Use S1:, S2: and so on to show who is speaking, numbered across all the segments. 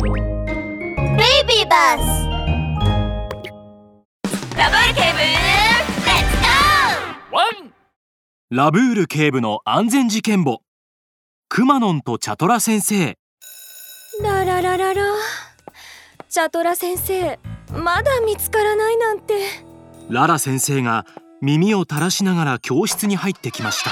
S1: ベイビーバスラブール警部レッツゴー。
S2: ワン。ラブール警部の安全事件簿。くまのんとチャトラ先生。
S3: ラララララ、チャトラ先生まだ見つからないなんて。
S2: ララ先生が耳を垂らしながら教室に入ってきました。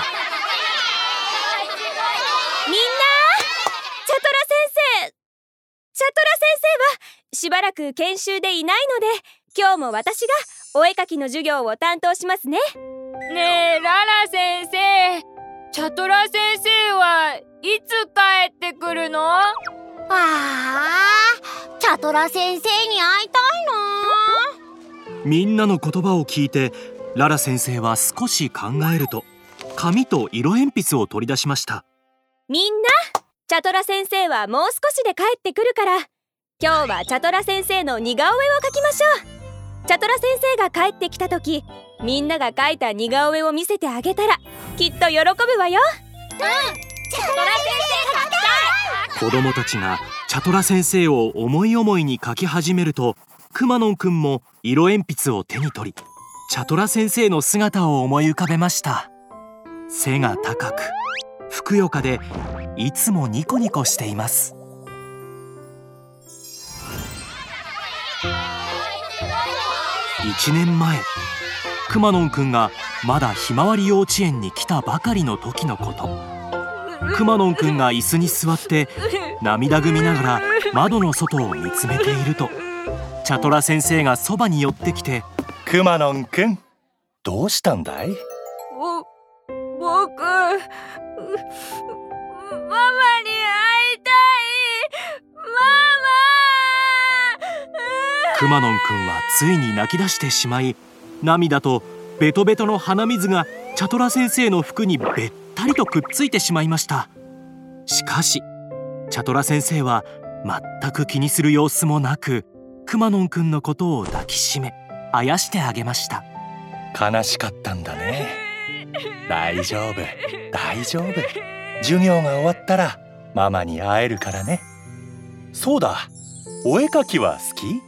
S3: みんな、チャトラ先生はしばらく研修でいないので、今日も私がお絵かきの授業を担当しますね。
S4: ねえララ先生、チャトラ先生はいつ帰ってくるの？
S1: チャトラ先生に会いたいな。
S2: みんなの言葉を聞いて、ララ先生は少し考えると、紙と色鉛筆を取り出しました。
S3: みんな、チャトラ先生はもう少しで帰ってくるから、今日はチャトラ先生の似顔絵を描きましょう。チャトラ先生が帰ってきた時、みんなが描いた似顔絵を見せてあげたらきっと喜ぶわよ。
S1: チャトラ先生描きたい。
S2: 子供たちがチャトラ先生を思い思いに描き始めると、くまのんくんも色鉛筆を手に取り、チャトラ先生の姿を思い浮かべました。背が高く、ふくよかで、いつもニコニコしています。1年前、くまのんくんがまだひまわり幼稚園に来たばかりの時のこと。くまのんくんが椅子に座って涙ぐみながら窓の外を見つめていると、チャトラ先生がそばに寄ってきて、
S5: くまのんくん、どうしたんだい？
S4: 僕、ママに会いたい。
S2: くまのんくんはついに泣き出してしまい、涙とベトベトの鼻水がチャトラ先生の服にべったりとくっついてしまいました。しかしチャトラ先生は全く気にする様子もなく、くまのんくんのことを抱きしめあやしてあげました。
S5: 悲しかったんだね。大丈夫、大丈夫。授業が終わったらママに会えるからね。そうだ、お絵かきは好き？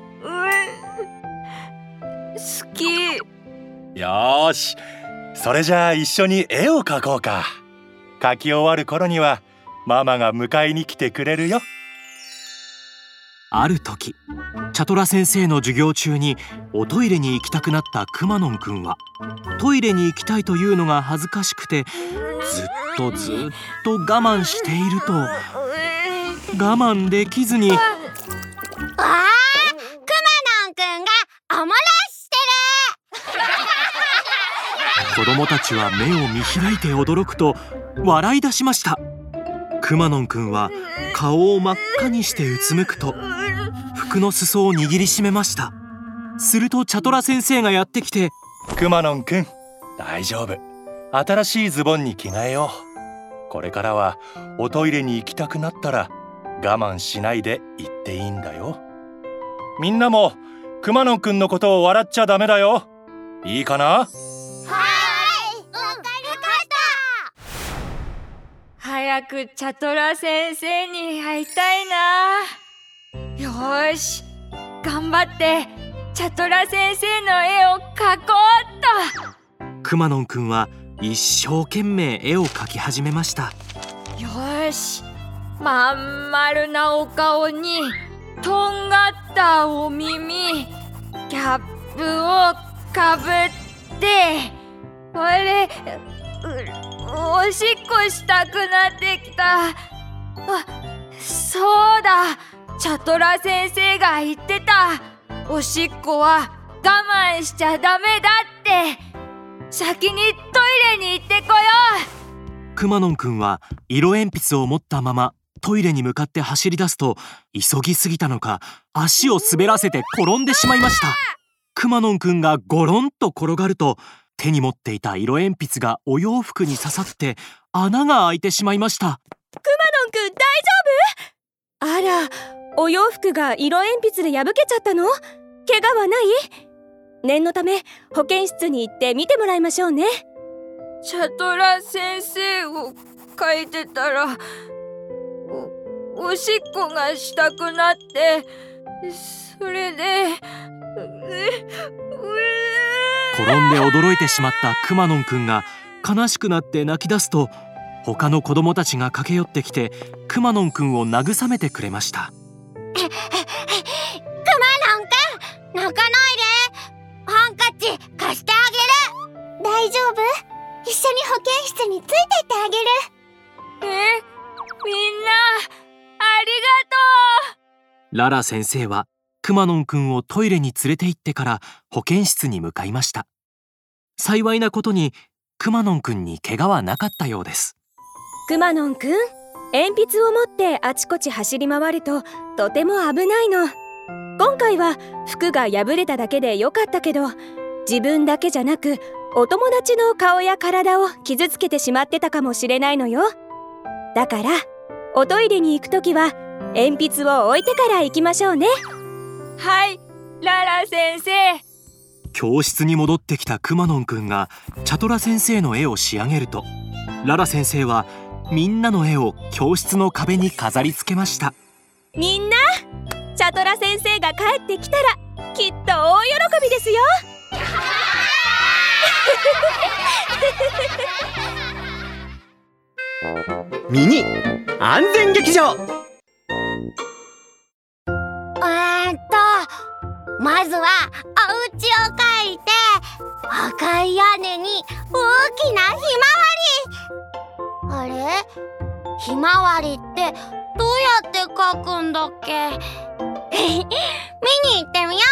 S4: 好き。
S5: よーし、それじゃあ一緒に絵を描こうか。描き終わる頃にはママが迎えに来てくれるよ。
S2: ある時、チャトラ先生の授業中におトイレに行きたくなったくまのんくんは、トイレに行きたいというのが恥ずかしくて、ずっと我慢していると、我慢できずに、
S1: くまのんくんがおもらしてる。
S2: 子供たちは目を見開いて驚くと笑い出しました。くまのんくんは顔を真っ赤にしてうつむくと、服の裾を握りしめました。するとチャトラ先生がやってきて、
S5: くまのんくん、大丈夫。新しいズボンに着替えよう。これからはおトイレに行きたくなったら我慢しないで行っていいんだよ。みんなもくまのんくんのことを笑っちゃダメだよ。いいかな？
S1: わかりました。
S4: 早くチャトラ先生に会いたいな。よーし、頑張ってチャトラ先生の絵を描こうっと。
S2: くまのんくんは一生懸命絵を描き始めました。
S4: よーし、まん丸なお顔にとんがったお耳、キャップをかぶって、おしっこしたくなってきた。そうだ、チャトラ先生が言ってた、おしっこは我慢しちゃダメだって。先にトイレに行ってこよう。
S2: くまのんくんは色鉛筆を持ったままトイレに向かって走り出すと、急ぎすぎたのか足を滑らせて転んでしまいました。くまのんくんがゴロンと転がると、手に持っていた色鉛筆がお洋服に刺さって穴が開いてしまいました。
S3: くまのんくん大丈夫？あら、お洋服が色鉛筆で破けちゃったの？怪我はない？念のため保健室に行って見てもらいましょうね。
S4: チャトラ先生を描いてたらおしっこがしたくなって、それで
S2: 転んで驚いてしまったくまのんくんが悲しくなって泣き出すと、他の子供たちが駆け寄ってきてくまのんくんを慰めてくれました。
S1: くまのんくん、泣かないで。ハンカチ貸してあげる。大丈夫？一緒に保健室についてってあげる。
S4: みんなありがとう。
S2: ララ先生はくまのんくんをトイレに連れて行ってから保健室に向かいました。幸いなことにくまのんくんに怪我はなかったようです。
S3: くまのんくん、鉛筆を持ってあちこち走り回るととても危ないの。今回は服が破れただけでよかったけど、自分だけじゃなくお友達の顔や体を傷つけてしまってたかもしれないのよ。だからおトイレに行くときは鉛筆を置いてから行きましょうね。
S4: はい、ララ先生。
S2: 教室に戻ってきたくまのんくんがチャトラ先生の絵を仕上げると、ララ先生はみんなの絵を教室の壁に飾り付けました。
S3: みんな、チャトラ先生が帰ってきたらきっと大喜びですよ。
S6: ミニ安全劇場。
S1: まずはお家を描いて、赤い屋根に大きなひまわり。あれ？ひまわりってどうやって描くんだっけ？見に行ってみよ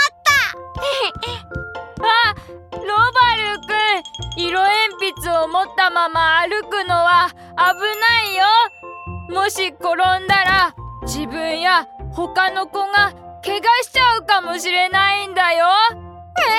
S4: あ、ロバルくん、色鉛筆を持ったまま歩くのは危ないよ。もし転んだら自分や他の子が怪我しちゃうかもしれないんだよ。
S1: そうなの？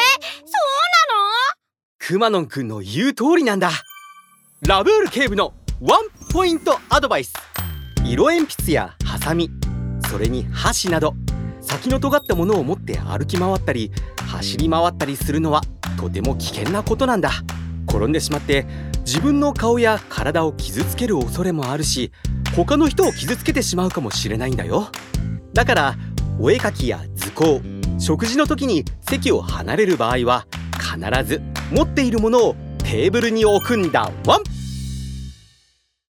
S6: くまのんくんの言う通りなんだ。ラブール警部のワンポイントアドバイス。色鉛筆やハサミ、それに箸など先の尖ったものを持って歩き回ったり走り回ったりするのはとても危険なことなんだ。転んでしまって自分の顔や体を傷つける恐れもあるし、他の人を傷つけてしまうかもしれないんだよ。だからお絵かきや図工、食事の時に席を離れる場合は必ず持っているものをテーブルに置くんだワン。